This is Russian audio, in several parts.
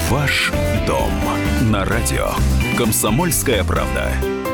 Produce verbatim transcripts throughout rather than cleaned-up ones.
Ваш дом на радио «Комсомольская правда».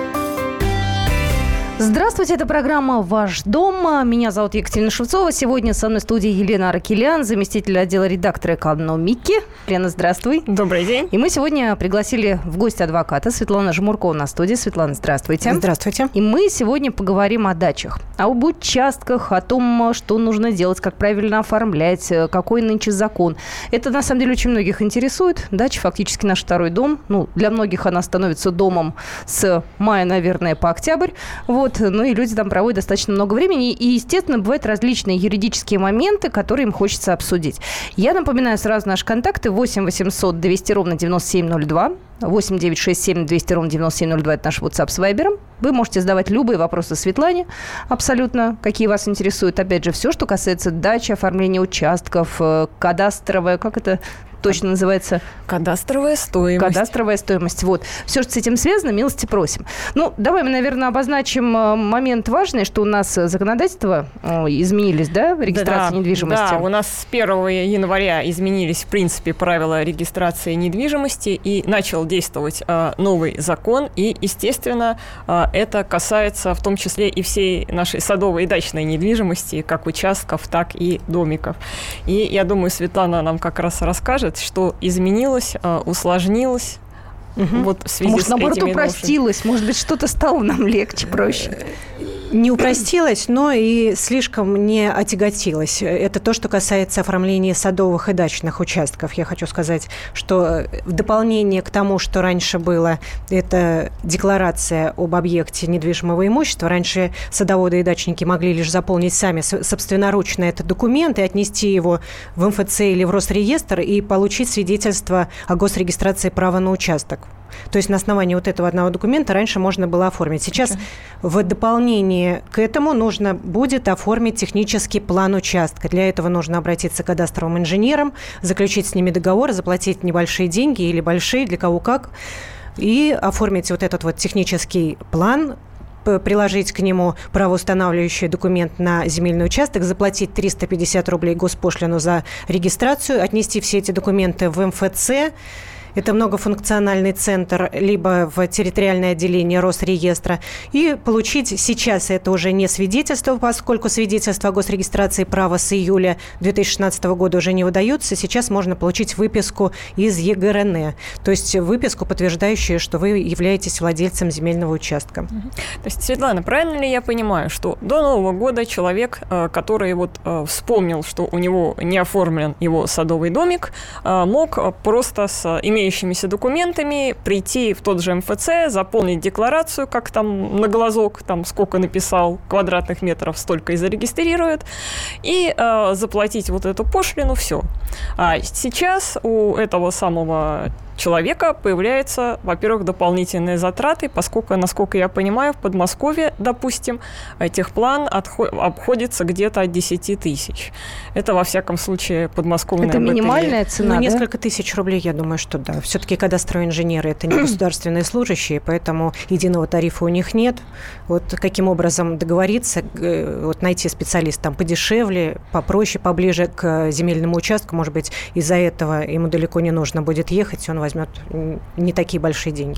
Здравствуйте, это программа «Ваш дом». Меня зовут Екатерина Шевцова. Сегодня со мной в студии Елена Аракелян, заместитель отдела редактора экономики. Лена, здравствуй. Добрый день. И мы сегодня пригласили в гости адвоката Светлана Жмурко на студии. Светлана, здравствуйте. Здравствуйте. И мы сегодня поговорим о дачах, об участках, о том, что нужно делать, как правильно оформлять, какой нынче закон. Это, на самом деле, очень многих интересует. Дача фактически наш второй дом. Ну, для многих она становится домом с мая, наверное, по октябрь. Вот. Ну и люди там проводят достаточно много времени. И, естественно, бывают различные юридические моменты, которые им хочется обсудить. Я напоминаю сразу наши контакты. восемь восемьсот двести ровно девяносто семь ноль два. восемь девятьсот шестьдесят семь двести ровно девяносто семь ноль два. Это наш WhatsApp с Вайбером. Вы можете задавать любые вопросы Светлане. Абсолютно. Какие вас интересуют. Опять же, все, что касается дачи, оформления участков, кадастровая, как это точно называется? Кадастровая стоимость. Кадастровая стоимость. Вот. Все, что с этим связано, милости просим. Ну, давай мы, наверное, обозначим момент важный, что у нас законодательство изменились, да, регистрация да, недвижимости? Да, у нас с первого января изменились, в принципе, правила регистрации недвижимости, и начал действовать э, новый закон, и, естественно, э, это касается в том числе и всей нашей садовой и дачной недвижимости, как участков, так и домиков. И я думаю, Светлана нам как раз расскажет, что изменилось, усложнилось. Угу. Вот в связи может, с наоборот, этими упростилось. Новшими. Может быть, что-то стало нам легче, проще. Не упростилось, но и слишком не отяготилось. Это то, что касается оформления садовых и дачных участков. Я хочу сказать, что в дополнение к тому, что раньше было, это декларация об объекте недвижимого имущества. Раньше садоводы и дачники могли лишь заполнить сами собственноручно этот документ и отнести его в эм эф цэ или в Росреестр и получить свидетельство о госрегистрации права на участок. То есть на основании вот этого одного документа раньше можно было оформить. Сейчас okay. в дополнение к этому нужно будет оформить технический план участка. Для этого нужно обратиться к кадастровым инженерам, заключить с ними договор, заплатить небольшие деньги или большие, для кого как, и оформить вот этот вот технический план, приложить к нему правоустанавливающий документ на земельный участок, заплатить триста пятьдесят рублей госпошлину за регистрацию, отнести все эти документы в эм эф цэ. Это многофункциональный центр, либо в территориальное отделение Росреестра. И получить сейчас это уже не свидетельство, поскольку свидетельство о госрегистрации права с июля две тысячи шестнадцатого года уже не выдаются. Сейчас можно получить выписку из е гэ эр эн э, то есть выписку, подтверждающую, что вы являетесь владельцем земельного участка. То есть, Светлана, правильно ли я понимаю, что до Нового года человек, который вот вспомнил, что у него не оформлен его садовый домик, мог просто с имеющимися имеющимися документами прийти в тот же эм эф цэ, заполнить декларацию, как там на глазок, там сколько написал квадратных метров, столько и зарегистрирует, и э, заплатить вот эту пошлину, все. А сейчас у этого самого человека появляются, во-первых, дополнительные затраты, поскольку, насколько я понимаю, в Подмосковье, допустим, техплан отход- обходится где-то от десять тысяч. Это, во всяком случае, подмосковная. Это минимальная цена, ну, да? Несколько тысяч рублей, я думаю, что да. Все-таки кадастровые инженеры – это не государственные служащие, поэтому единого тарифа у них нет. Вот каким образом договориться, вот найти специалиста там подешевле, попроще, поближе к земельному участку, может быть, из-за этого ему далеко не нужно будет ехать, он возьмет не такие большие деньги.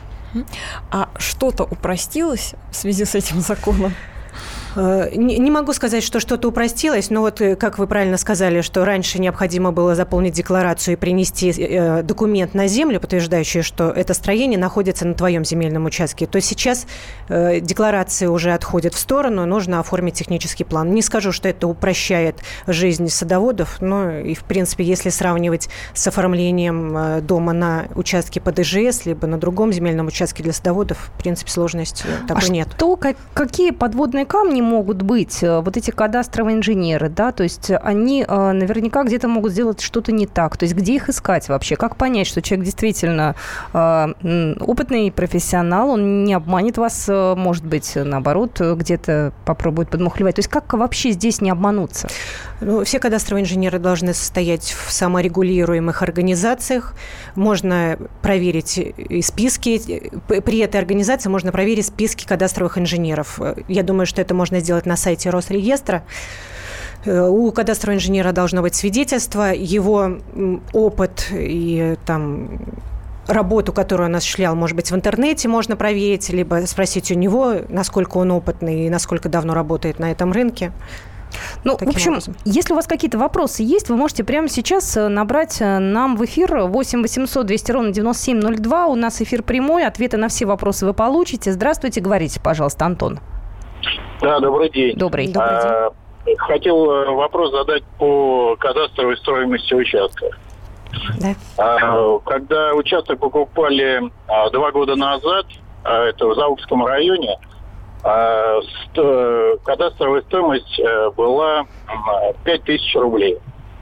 А что-то упростилось в связи с этим законом? Не, не могу сказать, что что-то упростилось, но вот, как вы правильно сказали, что раньше необходимо было заполнить декларацию и принести э, документ на землю, подтверждающий, что это строение находится на твоем земельном участке, то сейчас э, декларации уже отходят в сторону, нужно оформить технический план. Не скажу, что это упрощает жизнь садоводов, но и, в принципе, если сравнивать с оформлением э, дома на участке под и жэ эс, либо на другом земельном участке для садоводов, в принципе, сложности такой а нет. Что, как, какие подводные камни могут быть вот эти кадастровые инженеры, да, то есть они э, наверняка где-то могут сделать что-то не так, то есть где их искать вообще, как понять, что человек действительно э, опытный профессионал, он не обманет вас, э, может быть, наоборот, где-то попробует подмухлевать, то есть как вообще здесь не обмануться? Ну, все кадастровые инженеры должны состоять в саморегулируемых организациях, можно проверить и списки, при этой организации можно проверить списки кадастровых инженеров, я думаю, что это можно сделать на сайте Росреестра. У кадастрового инженера должно быть свидетельство, его опыт и там работу, которую он осуществлял, может быть, в интернете можно проверить, либо спросить у него, насколько он опытный и насколько давно работает на этом рынке. Ну, Таким в общем, образом. если у вас какие-то вопросы есть, вы можете прямо сейчас набрать нам в эфир восемь восемьсот двести ровно девяносто семь ноль два. У нас эфир прямой, ответы на все вопросы вы получите. Здравствуйте, говорите, пожалуйста, Антон. Да, добрый день. Добрый. Добрый день. А, хотел вопрос задать по кадастровой стоимости участка. Да. А, когда участок покупали а, два года назад, а, это в Заукском районе, а, сто, кадастровая стоимость а, была а, пять тысяч рублей.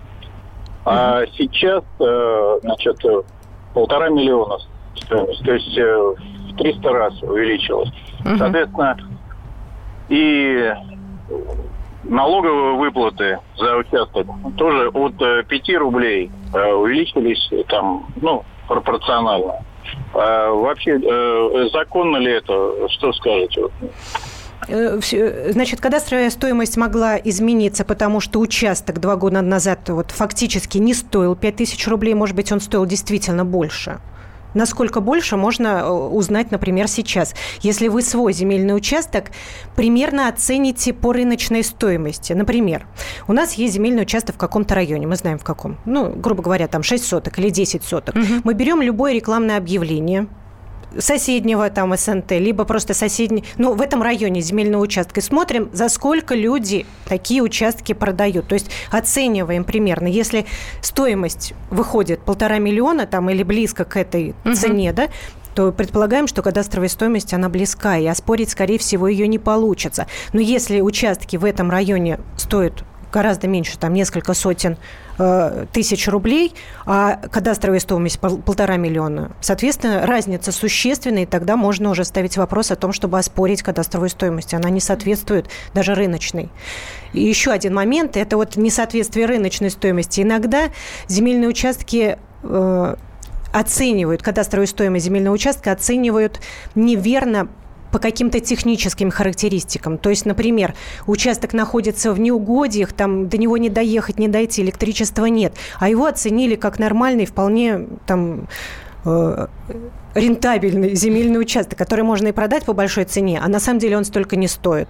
А mm-hmm. сейчас, а, значит, полтора миллиона стоимость, то есть а, в триста раз увеличилась. Mm-hmm. Соответственно, и налоговые выплаты за участок тоже от пяти рублей э, увеличились там, ну, пропорционально. А вообще, э, законно ли это? Что скажете? Значит, кадастровая стоимость могла измениться, потому что участок два года назад вот, фактически не стоил пять тысяч рублей. Может быть, он стоил действительно больше. Насколько больше, можно узнать, например, сейчас. Если вы свой земельный участок примерно оцените по рыночной стоимости. Например, у нас есть земельный участок в каком-то районе, мы знаем в каком. Ну, грубо говоря, там шесть соток или десять соток. Угу. Мы берем любое рекламное объявление соседнего там эс эн тэ, либо просто соседний, ну, в этом районе земельного участка, и смотрим, за сколько люди такие участки продают. То есть оцениваем примерно. Если стоимость выходит полтора миллиона там, или близко к этой uh-huh. цене, да, то предполагаем, что кадастровая стоимость, она близка, и оспорить, скорее всего, ее не получится. Но если участки в этом районе стоят гораздо меньше, там несколько сотен э, тысяч рублей, а кадастровая стоимость пол, полтора миллиона. Соответственно, разница существенная, и тогда можно уже ставить вопрос о том, чтобы оспорить кадастровую стоимость. Она не соответствует даже рыночной. И еще один момент – это вот несоответствие рыночной стоимости. Иногда земельные участки э, оценивают, кадастровую стоимость земельного участка оценивают неверно по каким-то техническим характеристикам. То есть, например, участок находится в неугодьях, там до него не доехать, не дойти, электричества нет, а его оценили как нормальный, вполне там э, рентабельный земельный участок, который можно и продать по большой цене, а на самом деле он столько не стоит.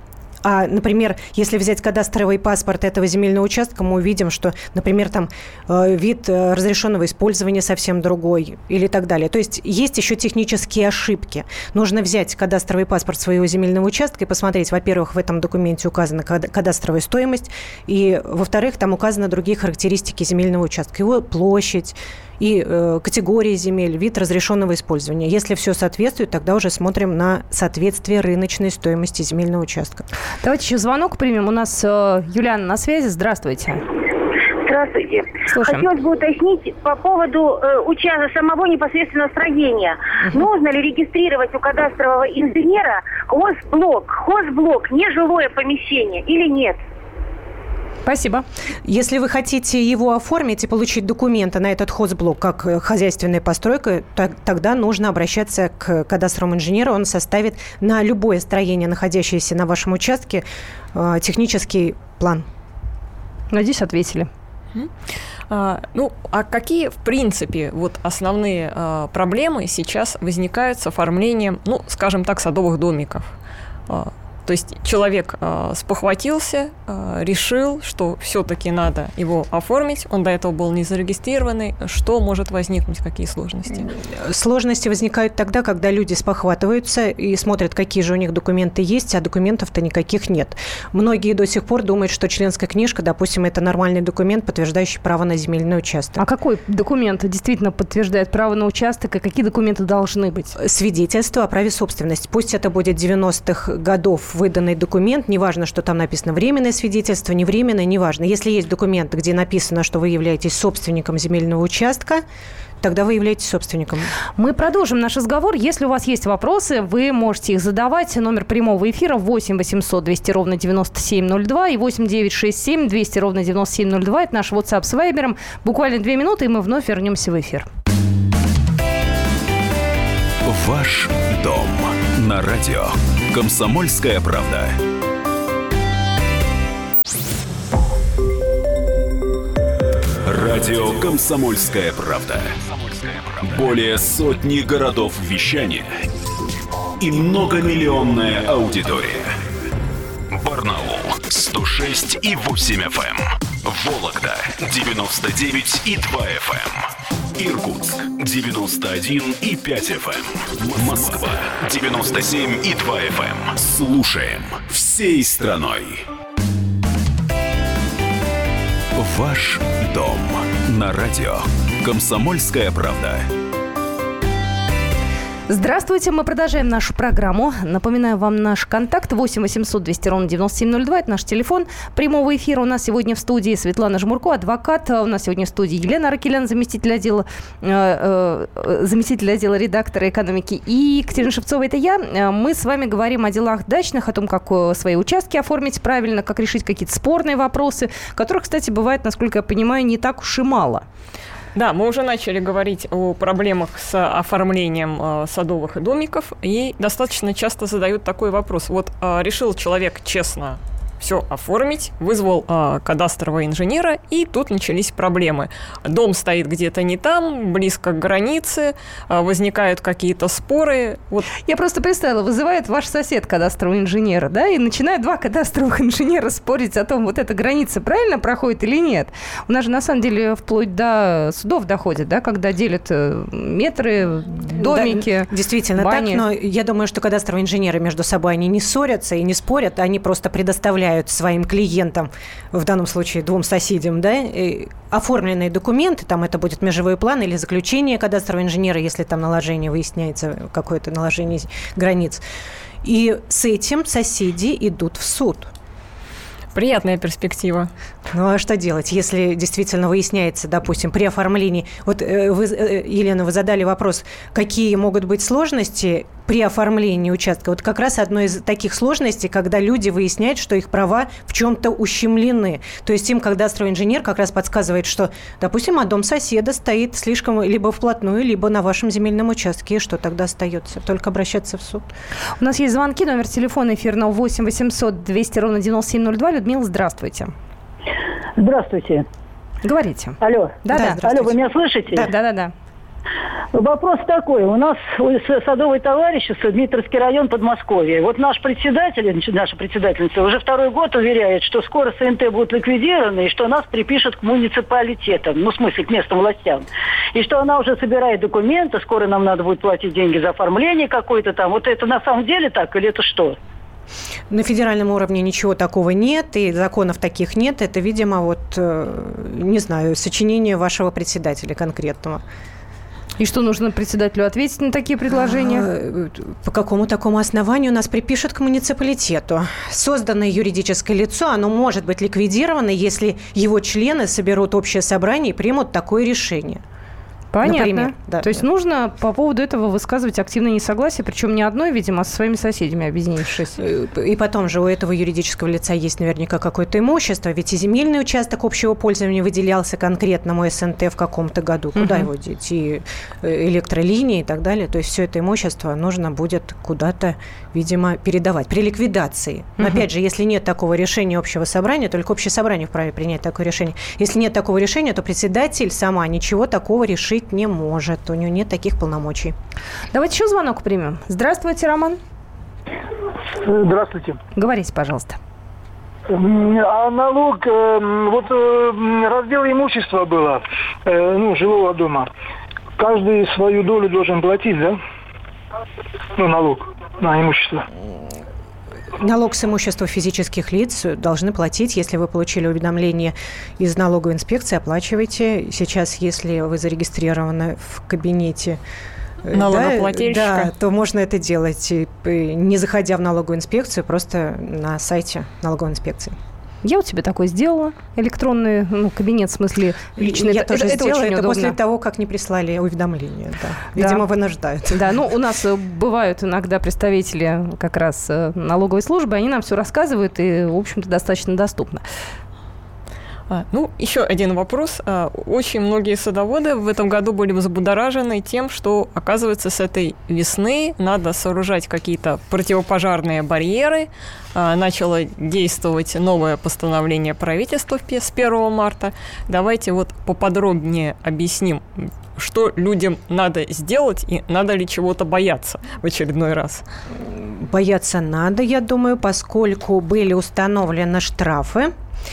А, например, если взять кадастровый паспорт этого земельного участка, мы увидим, что, например, там э, вид э, разрешенного использования совсем другой или так далее. То есть есть еще технические ошибки. Нужно взять кадастровый паспорт своего земельного участка и посмотреть, во-первых, в этом документе указана кадастровая стоимость, и, во-вторых, там указаны другие характеристики земельного участка, его площадь и э, категории земель, вид разрешенного использования. Если все соответствует, тогда уже смотрим на соответствие рыночной стоимости земельного участка. Давайте еще звонок примем. У нас э, Юлиана на связи. Здравствуйте. Здравствуйте. Слушаем. Хотелось бы уточнить по поводу э, участка самого непосредственно строения. Uh-huh. Нужно ли регистрировать у кадастрового инженера хозблок? Хозблок, нежилое помещение или нет? Спасибо. Если вы хотите его оформить и получить документы на этот хозблок как хозяйственная постройка, так, тогда нужно обращаться к кадастровому инженеру. Он составит на любое строение, находящееся на вашем участке, технический план. Надеюсь, ответили. А, ну, а какие, в принципе, вот основные а, проблемы сейчас возникают с оформлением, ну, скажем так, садовых домиков? А, То есть человек э, спохватился, э, решил, что все-таки надо его оформить. Он до этого был не зарегистрированный. Что может возникнуть, какие сложности? Сложности возникают тогда, когда люди спохватываются и смотрят, какие же у них документы есть, а документов-то никаких нет. Многие до сих пор думают, что членская книжка, допустим, это нормальный документ, подтверждающий право на земельный участок. А какой документ действительно подтверждает право на участок, и какие документы должны быть? Свидетельство о праве собственности. Пусть это будет девяностых годов выданный документ, неважно, что там написано временное свидетельство, не временное, неважно. Если есть документ, где написано, что вы являетесь собственником земельного участка, тогда вы являетесь собственником. Мы продолжим наш разговор. Если у вас есть вопросы, вы можете их задавать. Номер прямого эфира восемь восемьсот двести ровно девяносто семь ноль два и восемь девятьсот шестьдесят семь двести ровно девяносто семь ноль два. Это наш WhatsApp с Вайбером. Буквально две минуты, и мы вновь вернемся в эфир. Ваш дом на радио. Комсомольская правда. Радио «Комсомольская правда». Более сотни городов вещания и многомиллионная аудитория. Барнаул сто шесть и восемь эф эм, Вологда девяносто девять и два эф эм, Иркутск девяносто один и пять эф эм, Москва девяносто семь и два эф эм. Слушаем всей страной. Ваш дом на радио «Комсомольская правда». Здравствуйте, мы продолжаем нашу программу. Напоминаю вам наш контакт восемь восемьсот двести ровно девяносто семь ноль два. Это наш телефон прямого эфира. У нас сегодня в студии Светлана Жмурко, адвокат. У нас сегодня в студии Елена Аракелян, заместитель отдела, э, э, заместитель отдела редактора экономики. И Екатерина Шевцова, это я. Мы с вами говорим о делах дачных, о том, как свои участки оформить правильно, как решить какие-то спорные вопросы, которых, кстати, бывает, насколько я понимаю, не так уж и мало. Да, мы уже начали говорить о проблемах с оформлением э, садовых домиков, и достаточно часто задают такой вопрос. Вот э, решил человек честно все оформить, вызвал э, кадастрового инженера, и тут начались проблемы. Дом стоит где-то не там, близко к границе, э, возникают какие-то споры. Вот. Я просто представила, вызывает ваш сосед кадастрового инженера, да, и начинают два кадастровых инженера спорить о том, вот эта граница правильно проходит или нет. У нас же, на самом деле, вплоть до судов доходит, да, когда делят метры, домики, да, действительно бани. Так, но я думаю, что кадастровые инженеры между собой они не ссорятся и не спорят, они просто предоставляют своим клиентам, в данном случае двум соседям, да, оформленные документы, там это будет межевой план или заключение кадастрового инженера, если там наложение выясняется, какое-то наложение границ. И с этим соседи идут в суд. Приятная перспектива. Ну, а что делать, если действительно выясняется, допустим, при оформлении... Вот, вы, Елена, вы задали вопрос, какие могут быть сложности при оформлении участка. Вот как раз одной из таких сложностей, когда люди выясняют, что их права в чем-то ущемлены. То есть им кадастровый инженер как раз подсказывает, что, допустим, а дом соседа стоит слишком либо вплотную, либо на вашем земельном участке. И что тогда остается? Только обращаться в суд. У нас есть звонки, номер телефона эфирного восемь восемьсот двести ровно девяносто семь ноль два. Людмила, здравствуйте. Здравствуйте. Говорите. Алло. Да, да. Алло, вы меня слышите? Да, да, да, да. Вопрос такой. У нас садовое товарищество, Дмитровский район, Подмосковье. Вот наш председатель, наша председательница, уже второй год уверяет, что скоро СНТ будут ликвидированы, и что нас припишут к муниципалитетам, ну, в смысле, к местным властям. И что она уже собирает документы, скоро нам надо будет платить деньги за оформление какое-то там. Вот это на самом деле так или это что? На федеральном уровне ничего такого нет, и законов таких нет. Это, видимо, вот, не знаю, сочинение вашего председателя конкретного. И что нужно председателю ответить на такие предложения? По какому такому основанию нас припишут к муниципалитету? Созданное юридическое лицо, оно может быть ликвидировано, если его члены соберут общее собрание и примут такое решение. Понятно. Например, да, То есть да. нужно по поводу этого высказывать активное несогласие, причем не одной, видимо, а со своими соседями объединившись. И потом же у этого юридического лица есть наверняка какое-то имущество, ведь и земельный участок общего пользования выделялся конкретному СНТ в каком-то году. Куда угу. его деть? И электролинии и так далее. То есть все это имущество нужно будет куда-то, видимо, передавать при ликвидации. Но угу. опять же, если нет такого решения общего собрания, только общее собрание вправе принять такое решение. Если нет такого решения, то председатель сама ничего такого решить не может. У него нет таких полномочий. Давайте еще звонок примем. Здравствуйте, Роман. Здравствуйте. Говорите, пожалуйста. А налог, вот раздел имущества было, ну, жилого дома. Каждый свою долю должен платить, да? Ну, налог на имущество. Налог с имущества физических лиц должны платить. Если вы получили уведомление из налоговой инспекции, оплачивайте. Сейчас, если вы зарегистрированы в кабинете налогоплательщика, да, да, то можно это делать, не заходя в налоговую инспекцию, просто на сайте налоговой инспекции. Я у тебя такой сделала, электронный, ну, кабинет, в смысле, личный. Я это, тоже это, сделала, это, очень это удобно. После того, как не прислали уведомления. Да. Видимо, да. вынуждают. Да, ну, у нас бывают иногда представители как раз налоговой службы, они нам все рассказывают, и, в общем-то, достаточно доступно. А, ну, еще один вопрос. А, очень многие садоводы в этом году были взбудоражены тем, что, оказывается, с этой весны надо сооружать какие-то противопожарные барьеры. А, начало действовать новое постановление правительства с первого марта. Давайте вот поподробнее объясним, что людям надо сделать и надо ли чего-то бояться в очередной раз. Бояться надо, я думаю, поскольку были установлены штрафы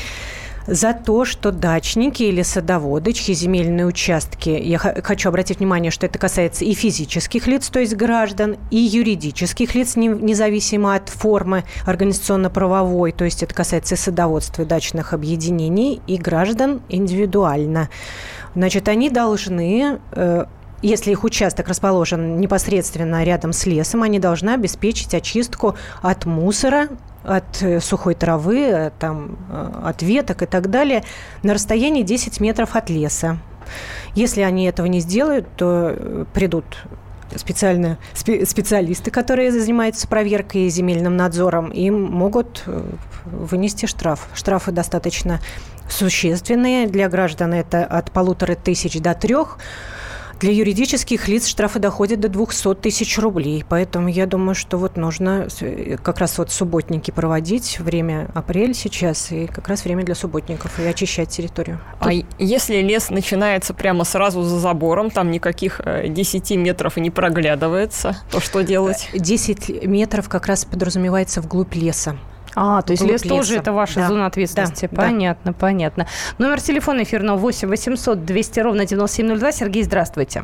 за то, что дачники или садоводы, чьи земельные участки, я хочу обратить внимание, что это касается и физических лиц, то есть граждан, и юридических лиц, независимо от формы организационно-правовой, то есть это касается и садоводства, и дачных объединений, и граждан индивидуально. Значит, они должны... Если их участок расположен непосредственно рядом с лесом, они должны обеспечить очистку от мусора, от сухой травы, там, от веток и так далее на расстоянии десять метров от леса. Если они этого не сделают, то придут специально, спе, специалисты, которые занимаются проверкой и земельным надзором, им могут вынести штраф. Штрафы достаточно существенные. Для граждан это от полутора тысяч до трех. Для юридических лиц штрафы доходят до двести тысяч рублей. Поэтому я думаю, что вот нужно как раз вот субботники проводить. Время апрель сейчас, и как раз время для субботников, и очищать территорию. А Тут... если лес начинается прямо сразу за забором, там никаких десяти метров и не проглядывается, то что делать? десять метров как раз подразумевается вглубь леса. А, то есть лес леса. тоже это ваша да. зона ответственности. Да. Понятно, да. понятно. Номер телефона эфирного восемь восемьсот двести ровно девяносто семь ноль два. Сергей, здравствуйте.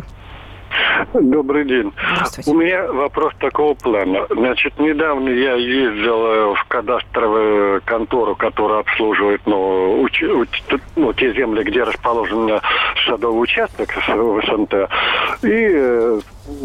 Добрый день. У меня вопрос такого плана. Значит, недавно я ездил в кадастровую контору, которая обслуживает ну, уч, уч, ну, те земли, где расположен садовый участок с СНТ, и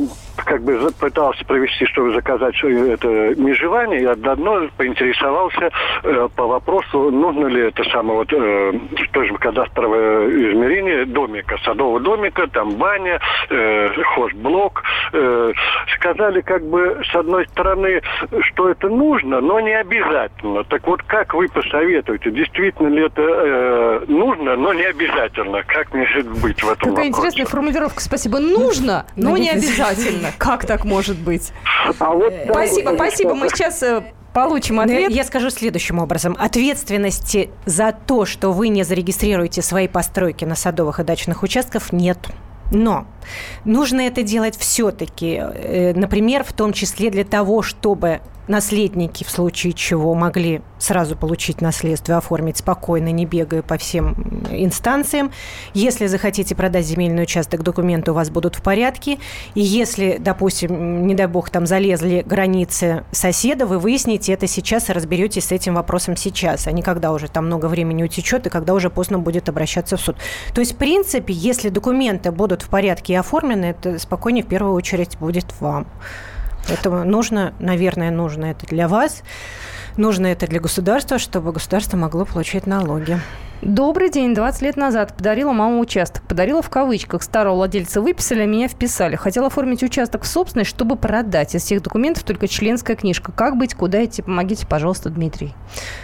как бы пытался провести, чтобы заказать это межевание, и заодно поинтересовался э, по вопросу, нужно ли это самое вот э, тоже кадастровое измерение домика, садового домика, там баня, э, хозблок. Э, сказали как бы с одной стороны, что это нужно, но не обязательно. Так вот, как вы посоветуете, действительно ли это э, нужно, но не обязательно? Как может быть в этом Какая вопросе? интересная формулировка, спасибо. Нужно, но не обязательно. Как так может быть? А вот, спасибо, спасибо. Мы сейчас получим ответ. Я скажу следующим образом. Ответственности за то, что вы не зарегистрируете свои постройки на садовых и дачных участках, нет. Но нужно это делать все-таки, например, в том числе для того, чтобы наследники в случае чего могли сразу получить наследство и оформить спокойно, не бегая по всем инстанциям. Если захотите продать земельный участок, документы у вас будут в порядке. И если, допустим, не дай бог, там залезли границы соседа, вы выясните это сейчас и разберетесь с этим вопросом сейчас, а не когда уже там много времени утечет и когда уже поздно будет обращаться в суд. То есть, в принципе, если документы будут в порядке и оформлены, это спокойнее в первую очередь будет вам. Поэтому нужно, наверное, нужно это для вас, нужно это для государства, чтобы государство могло получать налоги. Добрый день. двадцать лет назад подарила мама участок. Подарила в кавычках. Старого владельца выписали, а меня вписали. Хотела оформить участок в собственность, чтобы продать. Из всех документов только членская книжка. Как быть, куда идти? Помогите, пожалуйста, Дмитрий.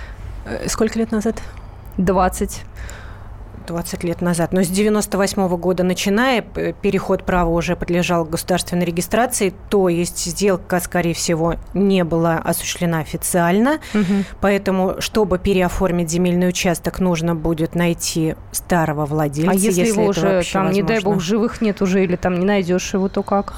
Сколько лет назад? двадцать. двадцать лет назад. Но с девяносто восьмого года начиная переход права уже подлежал государственной регистрации, то есть сделка, скорее всего, не была осуществлена официально. Угу. Поэтому, чтобы переоформить земельный участок, нужно будет найти старого владельца. А если, если его уже, там, не дай бог, живых нет уже, или там не найдешь его, то как?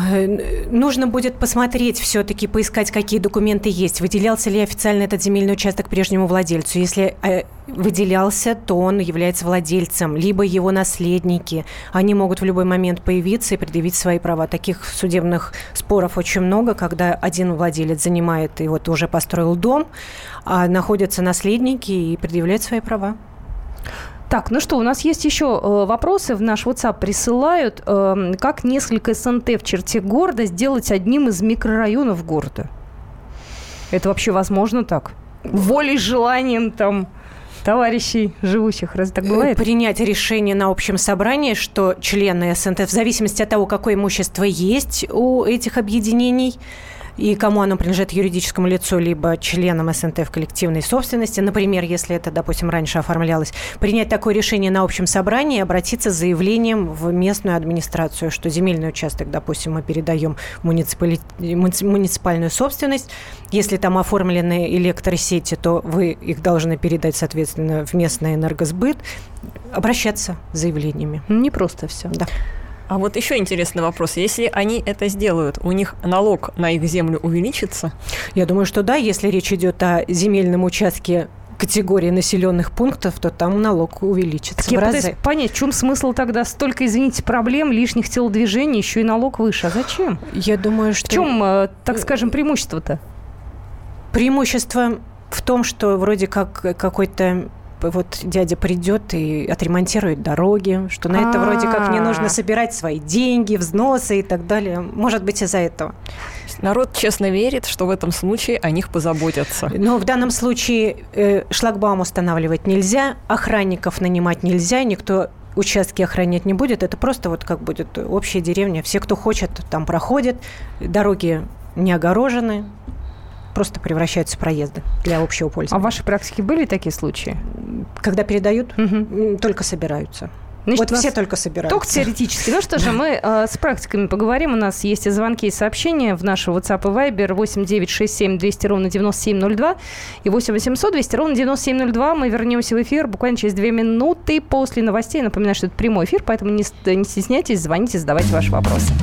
Нужно будет посмотреть все-таки, поискать, какие документы есть. Выделялся ли официально этот земельный участок прежнему владельцу. Если выделялся, то он является владельцем, либо его наследники. Они могут в любой момент появиться и предъявить свои права. Таких судебных споров очень много, когда один владелец занимает и вот уже построил дом, а находятся наследники и предъявляют свои права. Так, ну что, у нас есть еще э, вопросы, в наш WhatsApp присылают. Э, как несколько СНТ в черте города сделать одним из микрорайонов города? Это вообще возможно так? Волей, желанием там... товарищей, живущих. Разве так бывает? Принять решение на общем собрании, что члены СНТ, в зависимости от того, какое имущество есть у этих объединений, и кому оно принадлежит, юридическому лицу, либо членам СНТ в коллективной собственности, например, если это, допустим, раньше оформлялось, принять такое решение на общем собрании и обратиться с заявлением в местную администрацию, что земельный участок, допустим, мы передаем в муниципали... муниципальную собственность. Если там оформлены электросети, то вы их должны передать, соответственно, в местный энергосбыт, обращаться с заявлениями. Не просто все. Да. А вот еще интересный вопрос. Если они это сделают, у них налог на их землю увеличится? Я думаю, что да. Если речь идет о земельном участке категории населенных пунктов, то там налог увеличится так в разы. Я пытаюсь понять, в чем смысл тогда столько, извините, проблем, лишних телодвижений, еще и налог выше. А зачем? Я думаю, что... В чем, так скажем, преимущество-то? Преимущество в том, что вроде как какой-то вот дядя придет и отремонтирует дороги, что на это вроде как не нужно собирать свои деньги, взносы и так далее. Может быть, из-за этого. Народ честно верит, что в этом случае о них позаботятся. Но в данном случае э, шлагбаум устанавливать нельзя, охранников нанимать нельзя, никто участки охранять не будет. Это просто вот как будет общая деревня. Все, кто хочет, там проходят, дороги не огорожены. Просто превращаются в проезды для общего пользования. А в вашей практике были такие случаи? Когда передают, угу. только собираются. Значит, вот все только собираются. Только теоретически. Ну что же, мы э, с практиками поговорим. У нас есть и звонки, и сообщения в нашу WhatsApp и Viber восемь девятьсот шестьдесят семь двести ровно девяносто семь ноль два и восемь восемьсот двести ровно девяносто семь ноль два. Мы вернемся в эфир буквально через две минуты после новостей. Напоминаю, что это прямой эфир, поэтому не, не стесняйтесь, звоните, задавайте ваши вопросы.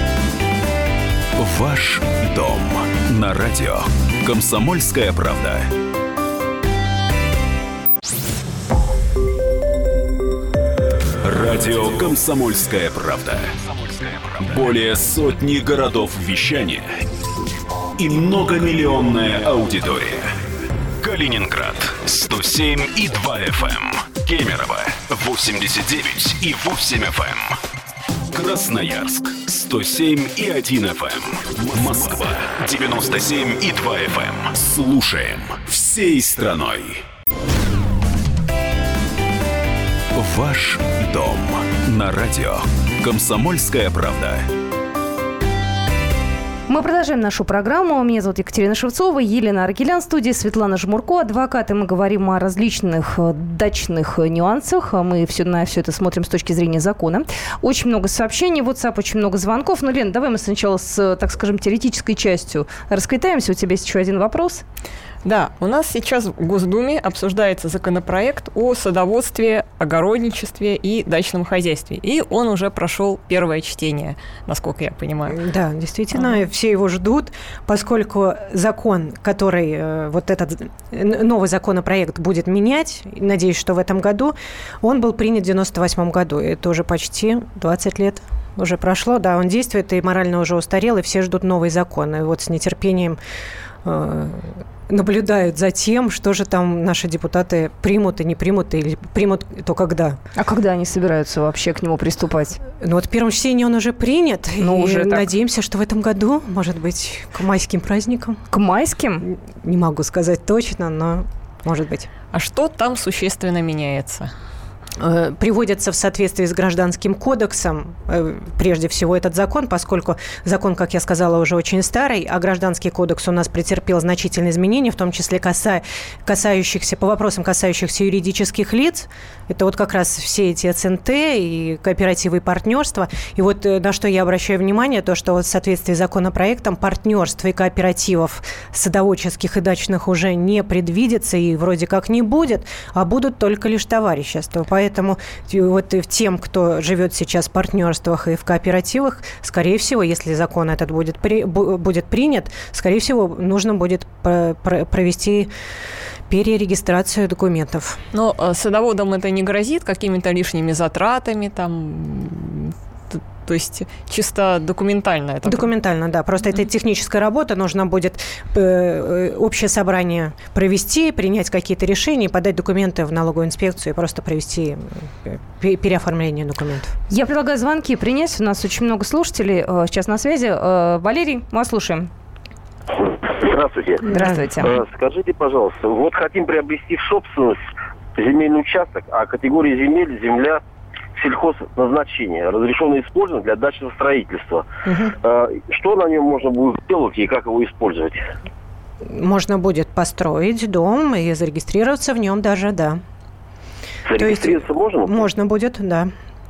Ваш дом на радио «Комсомольская правда». Радио «Комсомольская правда». Более сотни городов вещания и многомиллионная аудитория. Калининград сто семь и два эф эм, Кемерово восемьдесят девять и восемь эф эм. Красноярск сто семь и один эф эм. Москва девяносто семь и два эф эм. Слушаем всей страной. Ваш дом на радио «Комсомольская правда». Мы продолжаем нашу программу. Меня зовут Екатерина Шевцова, Елена Аркелян, в студии Светлана Жмурко, адвокат. И мы говорим о различных дачных нюансах. Мы все на все это смотрим с точки зрения закона. Очень много сообщений, WhatsApp, очень много звонков. Ну, Лен, давай мы сначала с, так скажем, теоретической частью расквитаемся. У тебя есть еще один вопрос? Да, у нас сейчас в Госдуме обсуждается законопроект о садоводстве, огородничестве и дачном хозяйстве. И он уже прошел первое чтение, насколько я понимаю. Да, действительно, ага. Все его ждут, поскольку закон, который, вот этот новый законопроект будет менять, надеюсь, что в этом году, он был принят в девяносто восьмом году. Это уже почти двадцать лет уже прошло. Да, он действует и морально уже устарел, и все ждут новый закон. И вот с нетерпением наблюдают за тем, что же там наши депутаты примут и не примут, или примут то когда. А когда они собираются вообще к нему приступать? Ну вот в первом чтении он уже принят, ну, и уже надеемся, так. что в этом году, может быть, к майским праздникам. К майским? Не могу сказать точно, но может быть. А что там существенно меняется? Приводятся в соответствии с Гражданским кодексом, прежде всего, этот закон, поскольку закон, как я сказала, уже очень старый, а Гражданский кодекс у нас претерпел значительные изменения, в том числе каса... касающихся, по вопросам, касающихся юридических лиц. Это вот как раз все эти СНТ и кооперативы и партнерства. И вот на что я обращаю внимание, то, что вот в соответствии с законопроектом партнерства и кооперативов садоводческих и дачных уже не предвидится и вроде как не будет, а будут только лишь товарищества. Поэтому вот тем, кто живет сейчас в партнерствах и в кооперативах, скорее всего, если закон этот будет, при, будет принят, скорее всего, нужно будет провести перерегистрацию документов. Но садоводам это не грозит какими-то лишними затратами, там... То есть чисто документально это? Документально, да. Просто mm-hmm. это техническая работа. Нужно будет э, общее собрание провести, принять какие-то решения, подать документы в налоговую инспекцию и просто провести переоформление документов. Я предлагаю звонки принять. У нас очень много слушателей э, сейчас на связи. Э, Валерий, мы вас слушаем. Здравствуйте. Здравствуйте. Э, скажите, пожалуйста, вот хотим приобрести в собственность земельный участок, а категория земель, земля сельхозназначения, разрешенный использовать для дачного строительства. Угу. Что на нем можно будет сделать и как его использовать? Можно будет построить дом и зарегистрироваться в нем даже, да. Зарегистрироваться То есть, можно? Можно будет, да.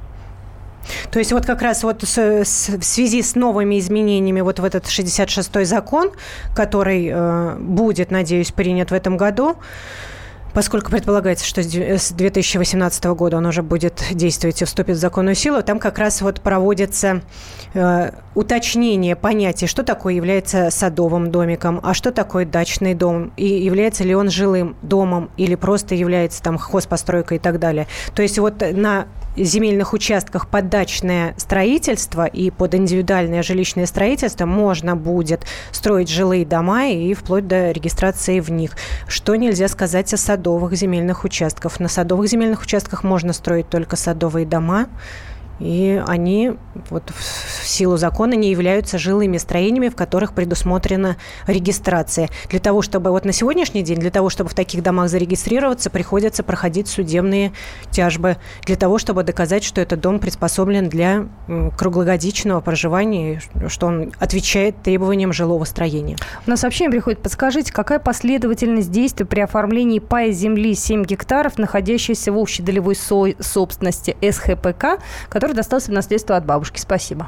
То есть вот как раз вот с, с, в связи с новыми изменениями вот в этот шестьдесят шестой закон, который э, будет, надеюсь, принят в этом году, поскольку предполагается, что с две тысячи восемнадцатого года он уже будет действовать и вступит в законную силу, там как раз вот проводится э, уточнение понятия, что такое является садовым домиком, а что такое дачный дом, и является ли он жилым домом, или просто является там хозпостройкой и так далее. То есть вот на земельных участках под дачное строительство и под индивидуальное жилищное строительство можно будет строить жилые дома и вплоть до регистрации в них. Что нельзя сказать о садовых земельных участках. На садовых земельных участках можно строить только садовые дома, и они вот в силу закона не являются жилыми строениями, в которых предусмотрена регистрация. Для того, чтобы вот на сегодняшний день, для того, чтобы в таких домах зарегистрироваться, приходится проходить судебные тяжбы, для того, чтобы доказать, что этот дом приспособлен для круглогодичного проживания, что он отвечает требованиям жилого строения. У нас сообщение приходит. Подскажите, какая последовательность действий при оформлении пая земли семь гектаров, находящейся в общей долевой со- собственности эс ха пэ ка, который достался в наследство от бабушки? Спасибо.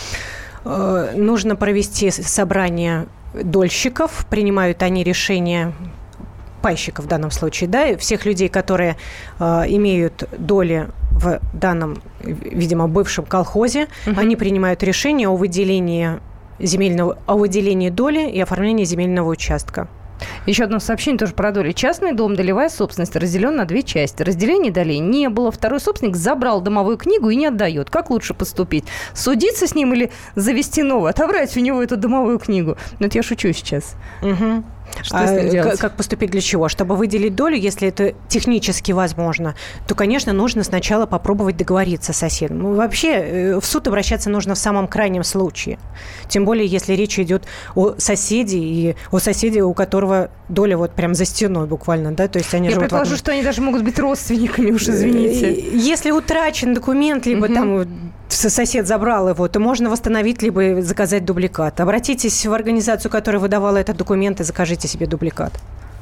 Нужно провести собрание дольщиков. Принимают они решения, пайщиков в данном случае, да, всех людей, которые э, имеют доли в данном, видимо, бывшем колхозе. Uh-huh. Они принимают решение о выделении земельного, о выделении доли и оформлении земельного участка. Еще одно сообщение тоже про доли. Частный дом, долевая собственность, разделен на две части. Разделения долей не было. Второй собственник забрал домовую книгу и не отдает. Как лучше поступить? Судиться с ним или завести новую? Отобрать у него эту домовую книгу? Ну, это я шучу сейчас. Угу. Что а, с ним делать? Как поступить для чего? Чтобы выделить долю, если это технически возможно, то, конечно, нужно сначала попробовать договориться с соседом. Ну, вообще, в суд обращаться нужно в самом крайнем случае. Тем более, если речь идет о соседе, и о соседе, у которого доля вот прям за стеной буквально, да? То есть они Я живут предположу, в одном... что они даже могут быть родственниками, уж извините. Если утрачен документ, либо угу. там сосед забрал его, то можно восстановить, либо заказать дубликат. Обратитесь в организацию, которая выдавала этот документ, и закажите себе дубликат.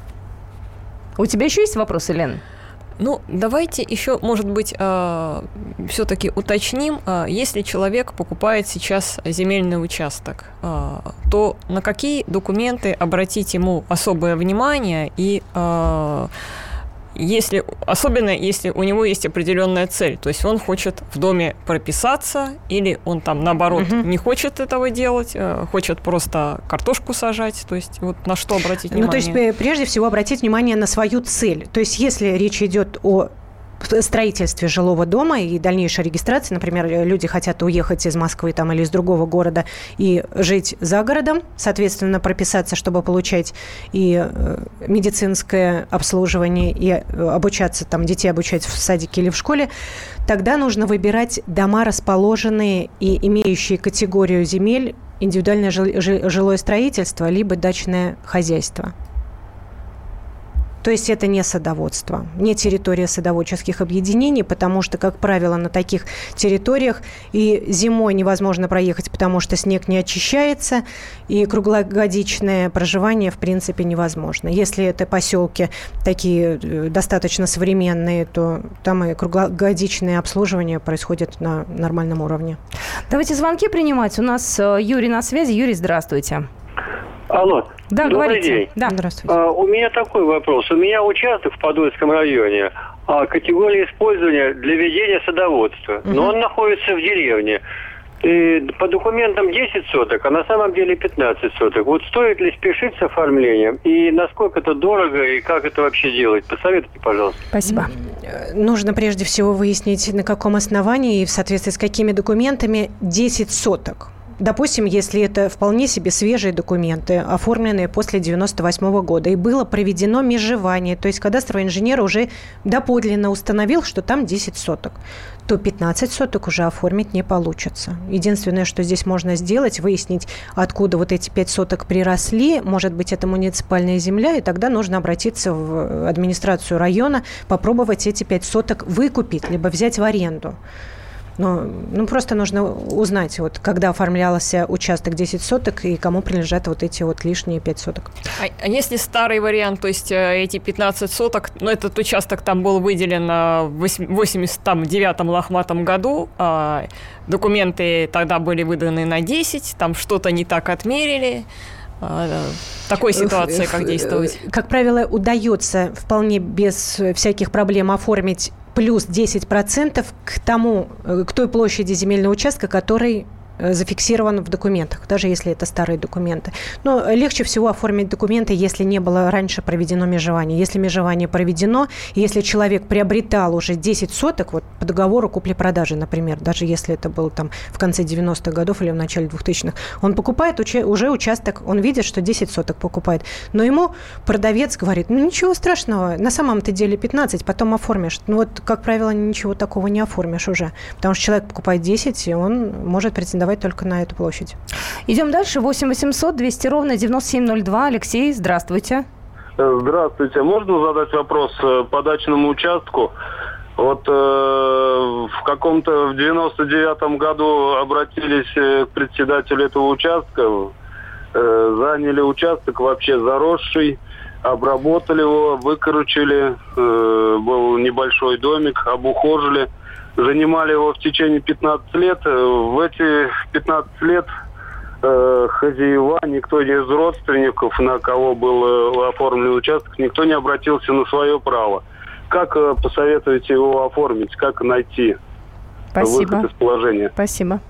У тебя еще есть вопросы, Лен? Ну, давайте еще, может быть, э, все-таки уточним, э, если человек покупает сейчас земельный участок, э, то на какие документы обратить ему особое внимание и э, если, особенно если у него есть определенная цель, то есть он хочет в доме прописаться, или он там, наоборот, uh-huh. не хочет этого делать, э, хочет просто картошку сажать, то есть вот на что обратить внимание? Ну, то есть прежде всего обратить внимание на свою цель. То есть если речь идет о строительстве жилого дома и дальнейшей регистрации, например, люди хотят уехать из Москвы там, или из другого города и жить за городом, соответственно, прописаться, чтобы получать и медицинское обслуживание, и обучаться, там, детей обучать в садике или в школе, тогда нужно выбирать дома, расположенные и имеющие категорию земель индивидуальное жилое строительство, либо дачное хозяйство. То есть это не садоводство, не территория садоводческих объединений, потому что, как правило, на таких территориях и зимой невозможно проехать, потому что снег не очищается, и круглогодичное проживание, в принципе, невозможно. Если это поселки такие достаточно современные, то там и круглогодичное обслуживание происходит на нормальном уровне. Давайте звонки принимать. У нас Юрий на связи. Юрий, здравствуйте. Алло. Да, добрый говорите. день. Да. Здравствуйте. А, у меня такой вопрос. У меня участок в Подольском районе, а, категория использования для ведения садоводства. Угу. Но он находится в деревне. И по документам десять соток, а на самом деле пятнадцать соток. Вот стоит ли спешить с оформлением? И насколько это дорого, и как это вообще делать? Посоветуйте, пожалуйста. Спасибо. Нужно прежде всего выяснить, на каком основании и в соответствии с какими документами десять соток. допустим, если это вполне себе свежие документы, оформленные после девяносто восьмого года, и было проведено межевание, то есть кадастровый инженер уже доподлинно установил, что там десять соток, то пятнадцать соток уже оформить не получится. Единственное, что здесь можно сделать, выяснить, откуда вот эти пять соток приросли. Может быть, это муниципальная земля, и тогда нужно обратиться в администрацию района, попробовать эти пять соток выкупить, либо взять в аренду. Но, ну, просто нужно узнать, вот, когда оформлялся участок десять соток и кому принадлежат вот эти вот лишние пять соток. А, а если старый вариант, то есть эти пятнадцать соток, ну, этот участок там был выделен в восемьдесят девятом лохматом году, а документы тогда были выданы на десять, там что-то не так отмерили. В такой ситуации как действовать? Как правило, удается вполне без всяких проблем оформить плюс десять процентов к тому, к той площади земельного участка, который зафиксирован в документах, даже если это старые документы. Но легче всего оформить документы, если не было раньше проведено межевание. Если межевание проведено, если человек приобретал уже десять соток, вот по договору купли-продажи, например, даже если это было там в конце девяностых годов или в начале двухтысячных, он покупает уча- уже участок, он видит, что десять соток покупает. Но ему продавец говорит, ну ничего страшного, на самом-то деле пятнадцать, потом оформишь. Ну вот, как правило, ничего такого не оформишь уже, потому что человек покупает десять, и он может претендовать только на эту площадь. Идем дальше. восемь восемьсот двести ровно девяносто семь ноль два. Алексей, здравствуйте. Здравствуйте. Можно задать вопрос по дачному участку? Вот э, в каком-то в девяносто девятом году обратились к председателю этого участка, э, заняли участок вообще заросший, обработали его, выкорчили, э, был небольшой домик, обухожили. Занимали его в течение пятнадцати лет. В эти пятнадцать лет э, хозяева, никто из родственников, на кого был оформлен участок, никто не обратился на свое право. Как э, посоветуете его оформить? Как найти Спасибо. выход из положения? Спасибо.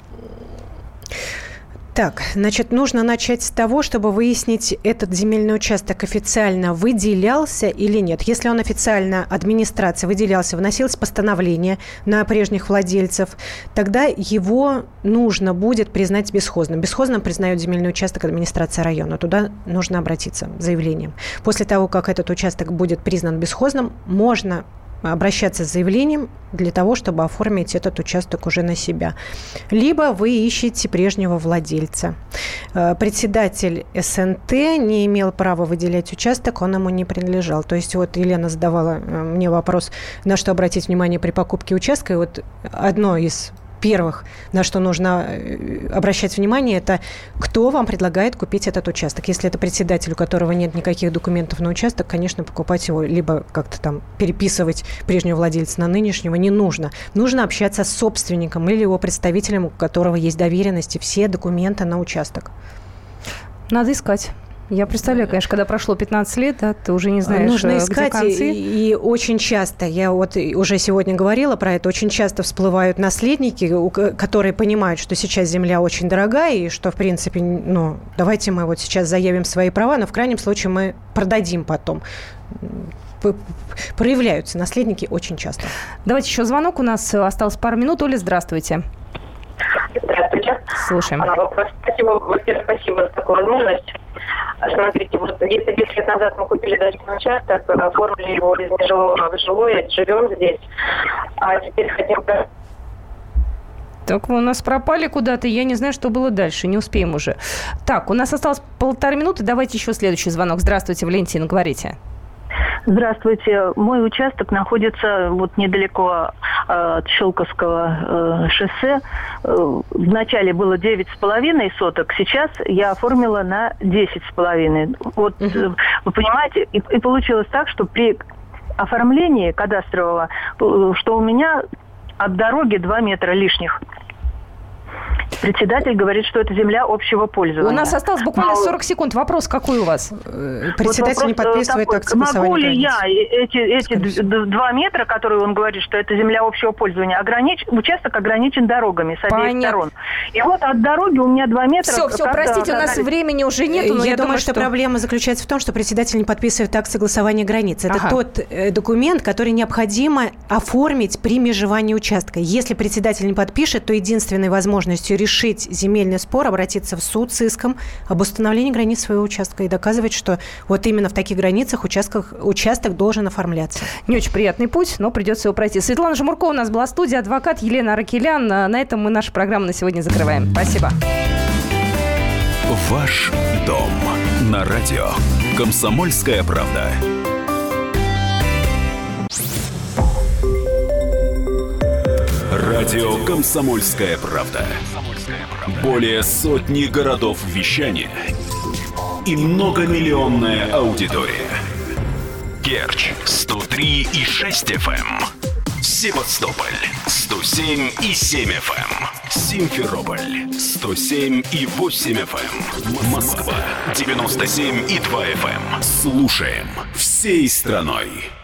Так, значит, нужно начать с того, чтобы выяснить, этот земельный участок официально выделялся или нет. Если он официально, администрация выделялся, выносилось постановление на прежних владельцев, тогда его нужно будет признать бесхозным. Бесхозным признает земельный участок администрация района. Туда нужно обратиться с заявлением. После того, как этот участок будет признан бесхозным, можно обращаться с заявлением для того, чтобы оформить этот участок уже на себя. Либо вы ищете прежнего владельца. Председатель эс эн тэ не имел права выделять участок, он ему не принадлежал. То есть вот Елена задавала мне вопрос, на что обратить внимание при покупке участка. И вот одно из первых, на что нужно обращать внимание, это кто вам предлагает купить этот участок. Если это председатель, у которого нет никаких документов на участок, конечно, покупать его, либо как-то там переписывать прежнего владельца на нынешнего не нужно. Нужно общаться с собственником или его представителем, у которого есть доверенность и все документы на участок. Надо искать. Я представляю, конечно, когда прошло пятнадцать лет, да, ты уже не знаешь, нужно искать, где концы. И, и очень часто, я вот уже сегодня говорила про это, очень часто всплывают наследники, которые понимают, что сейчас земля очень дорогая, и что, в принципе, ну, давайте мы вот сейчас заявим свои права, но в крайнем случае мы продадим потом. Проявляются наследники очень часто. Давайте еще звонок, у нас осталось пару минут. Оля, здравствуйте. Здравствуйте. Слушаем. Вопрос. Спасибо, во-первых, спасибо за такую возможность. Смотрите, вот где-то десять лет назад мы купили дачный участок, оформили его из нежилого в жилое, живем здесь, а теперь хотим... Так вы у нас пропали куда-то, я не знаю, что было дальше, не успеем уже. Так, у нас осталось полторы минуты, давайте еще следующий звонок. Здравствуйте, Валентина, говорите. Здравствуйте. Мой участок находится вот недалеко от Щелковского э, шоссе. Э, вначале было девять с половиной соток, сейчас я оформила на десять с половиной. Вот, uh-huh. Вы понимаете, и, и получилось так, что при оформлении кадастрового, что у меня от дороги два метра лишних. Председатель говорит, что это земля общего пользования. У нас осталось буквально сорок секунд. Вопрос какой у вас? Председатель вот не подписывает акт согласования могу ли границ. я эти, эти два метра, которые он говорит, что это земля общего пользования, огранич... участок ограничен дорогами с обеих Понятно. Сторон. И вот от дороги у меня два метра... Все, все, простите, у нас времени уже нет. Я, я думаю, что, что проблема заключается в том, что председатель не подписывает акт согласования границ. Это ага. тот э, документ, который необходимо оформить при межевании участка. Если председатель не подпишет, то единственной возможностью решить решить земельный спор, обратиться в суд с иском об установлении границ своего участка и доказывать, что вот именно в таких границах участках, участок должен оформляться. Не очень приятный путь, но придется его пройти. Светлана Жмурко у нас была в студии, адвокат Елена Аракелян. На этом мы нашу программу на сегодня закрываем. Спасибо. Ваш дом на радио «Комсомольская правда». Радио «Комсомольская правда». Более сотни городов вещания и многомиллионная аудитория. Керчь сто три и шесть эф эм, Севастополь сто семь и семь эф эм, Симферополь сто семь и восемь эф эм, Москва девяносто семь и два эф эм. Слушаем всей страной.